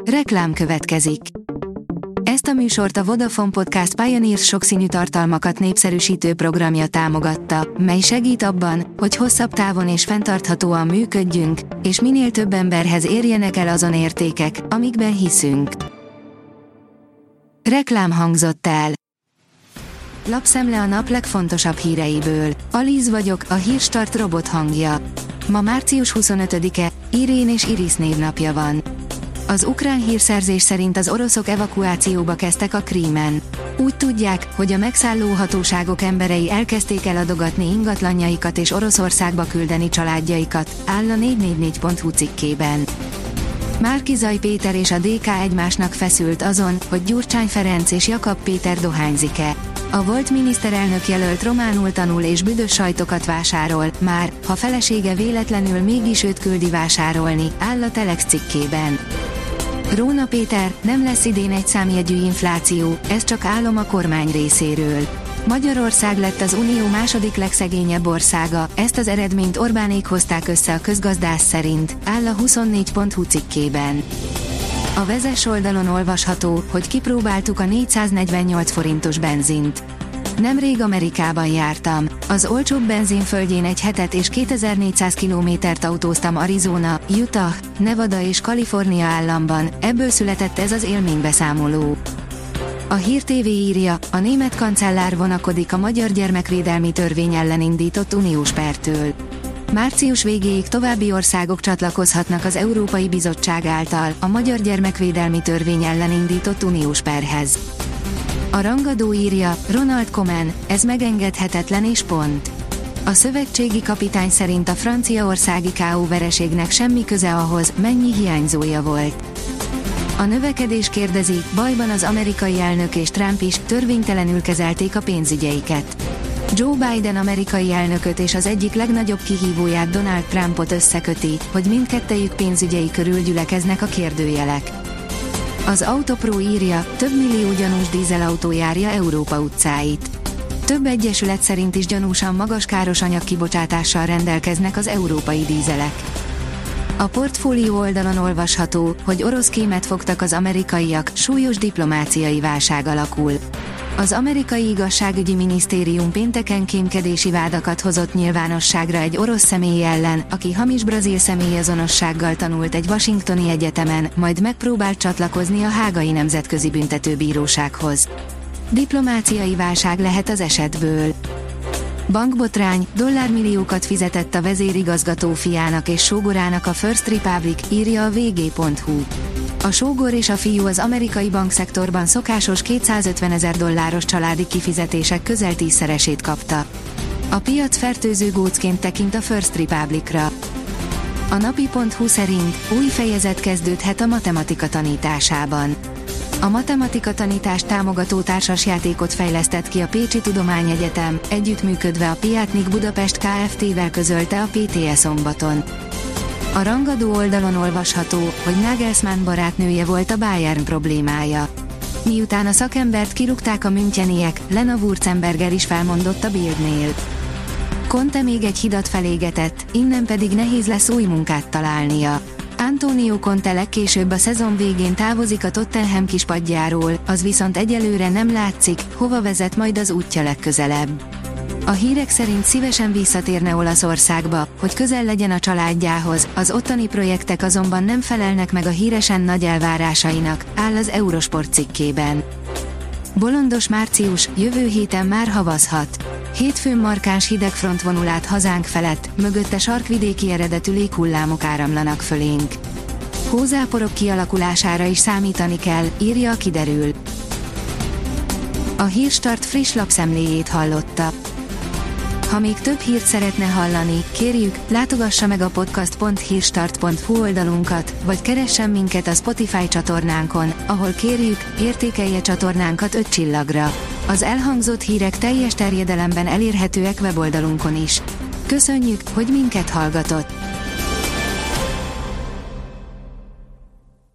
Reklám következik. Ezt a műsort a Vodafone Podcast Pioneers sokszínű tartalmakat népszerűsítő programja támogatta, mely segít abban, hogy hosszabb távon és fenntarthatóan működjünk, és minél több emberhez érjenek el azon értékek, amikben hiszünk. Reklám hangzott el. Lapszemle a nap legfontosabb híreiből. Alíz vagyok, a Hírstart robot hangja. Ma március 25-e, Irén és Iris névnapja van. Az ukrán hírszerzés szerint az oroszok evakuációba kezdtek a Krímen. Úgy tudják, hogy a megszálló hatóságok emberei elkezdték eladogatni ingatlanjaikat és Oroszországba küldeni családjaikat, áll a 444.hu cikkében. Márki-Zay Péter és a DK egymásnak feszült azon, hogy Gyurcsány Ferenc és Jakab Péter dohányzik-e. A volt miniszterelnök jelölt románul tanul és büdös sajtokat vásárol, már, ha felesége véletlenül mégis őt küldi vásárolni, áll a Telex cikkében. Róna Péter, nem lesz idén egy számjegyű infláció, ez csak álom a kormány részéről. Magyarország lett az Unió második legszegényebb országa, ezt az eredményt Orbánék hozták össze a közgazdász szerint, áll a 24.hu cikkében. A Vezess oldalon olvasható, hogy kipróbáltuk a 448 forintos benzint. Nemrég Amerikában jártam. Az olcsóbb benzin földjén egy hetet és 2400 kilométert autóztam Arizona, Utah, Nevada és Kalifornia államban, ebből született ez az élménybeszámoló. A Hír TV írja, a német kancellár vonakodik a magyar gyermekvédelmi törvény ellen indított uniós pertől. Március végéig további országok csatlakozhatnak az Európai Bizottság által a magyar gyermekvédelmi törvény ellen indított uniós perhez. A rangadó írja, Ronald Koeman, ez megengedhetetlen és pont. A szövetségi kapitány szerint a franciaországi KO vereségnek semmi köze ahhoz, mennyi hiányzója volt. A növekedés kérdezi, bajban az amerikai elnök és Trump is, törvénytelenül kezelték a pénzügyeiket. Joe Biden amerikai elnököt és az egyik legnagyobb kihívóját Donald Trumpot összeköti, hogy mindkettejük pénzügyei körül gyülekeznek a kérdőjelek. Az Autopro írja, több millió gyanús dízelautó járja Európa utcáit. Több egyesület szerint is gyanúsan magas káros anyagkibocsátással rendelkeznek az európai dízelek. A portfólió oldalon olvasható, hogy orosz kémet fogtak az amerikaiak, súlyos diplomáciai válság alakul. Az amerikai igazságügyi minisztérium pénteken kémkedési vádakat hozott nyilvánosságra egy orosz személy ellen, aki hamis brazil személyazonossággal tanult egy washingtoni egyetemen, majd megpróbált csatlakozni a Hágai Nemzetközi Büntetőbírósághoz. Diplomáciai válság lehet az esetből. Bankbotrány, dollármilliókat fizetett a vezérigazgató fiának és sógorának a First Republic, írja a vg.hu. A sógor és a fiú az amerikai bankszektorban szokásos $250,000 családi kifizetések közel 10-szeresét kapta. A piac fertőző gócként tekint a First Republicra. A napi.hu szerint új fejezet kezdődhet a matematika tanításában. A matematika tanítást támogató társasjátékot fejlesztett ki a Pécsi Tudományegyetem, együttműködve a Piatnik Budapest Kft-vel közölte a PTE szombaton. A rangadó oldalon olvasható, hogy Nagelsmann barátnője volt a Bayern problémája. Miután a szakembert kirúgták a müncheniek, Lena Wurzenberger is felmondott a Bildnél. Conte még egy hidat felégetett, innen pedig nehéz lesz új munkát találnia. Antonio Conte legkésőbb a szezon végén távozik a Tottenham kispadjáról, az viszont egyelőre nem látszik, hova vezet majd az útja legközelebb. A hírek szerint szívesen visszatérne Olaszországba, hogy közel legyen a családjához, az ottani projektek azonban nem felelnek meg a híresen nagy elvárásainak, áll az Eurosport cikkében. Bolondos március, jövő héten már havazhat. Hétfőn markáns hidegfront vonul át hazánk felett, mögötte sarkvidéki eredetű léghullámok áramlanak fölénk. Hózáporok kialakulására is számítani kell, írja a Kiderül. A Hírstart friss lapszemléjét hallotta. Ha még több hírt szeretne hallani, kérjük, látogassa meg a podcast.hírstart.hu oldalunkat, vagy keressen minket a Spotify csatornánkon, ahol kérjük, értékelje csatornánkat 5 csillagra. Az elhangzott hírek teljes terjedelemben elérhetőek weboldalunkon is. Köszönjük, hogy minket hallgatott!